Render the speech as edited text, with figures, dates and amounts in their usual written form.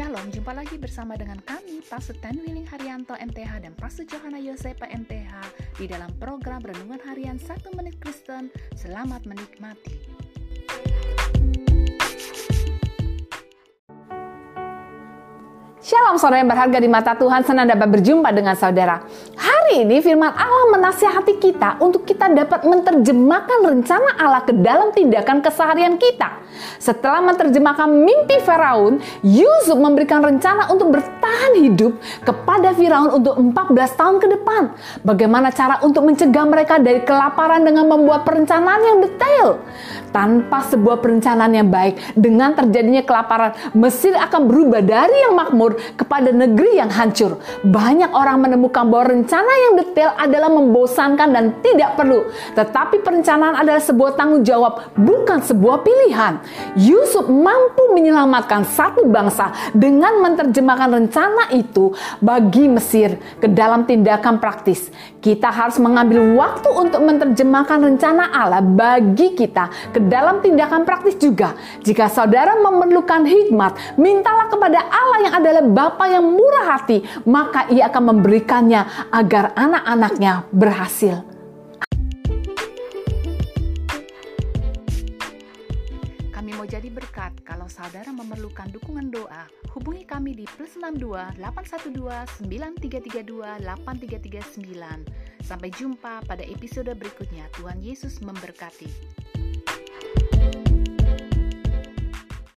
Shalom, jumpa lagi bersama dengan kami, Pastor Tanwiling Haryanto MTH dan Pastor Johanna Yosepa MTH di dalam program Renungan Harian 1 Menit Kristen. Selamat menikmati. Shalom saudara yang berharga di mata Tuhan, senang dapat berjumpa dengan saudara. Hari ini firman Allah menasihati kita untuk kita dapat menerjemahkan rencana Allah ke dalam tindakan keseharian kita. Setelah menerjemahkan mimpi Firaun, Yusuf memberikan rencana untuk bertahan hidup kepada Firaun untuk 14 tahun ke depan. Bagaimana cara untuk mencegah mereka dari kelaparan dengan membuat perencanaan yang detail. Tanpa sebuah perencanaan yang baik, dengan terjadinya kelaparan, Mesir akan berubah dari yang makmur kepada negeri yang hancur. Banyak orang menemukan bahwa rencana yang detail adalah membosankan dan tidak perlu. Tetapi perencanaan adalah sebuah tanggung jawab, bukan sebuah pilihan. Yusuf mampu menyelamatkan satu bangsa dengan menerjemahkan rencana itu bagi Mesir ke dalam tindakan praktis. Kita harus mengambil waktu untuk menerjemahkan rencana Allah bagi kita ke dalam tindakan praktis juga. Jika saudara memerlukan hikmat, mintalah kepada Allah yang adalah Bapa yang murah hati, maka Ia akan memberikannya agar anak-anaknya berhasil. Kami mau jadi berkat. Kalau saudara memerlukan dukungan doa, hubungi kami di +62 812 9332 8339. Sampai jumpa pada episode berikutnya. Tuhan Yesus memberkati.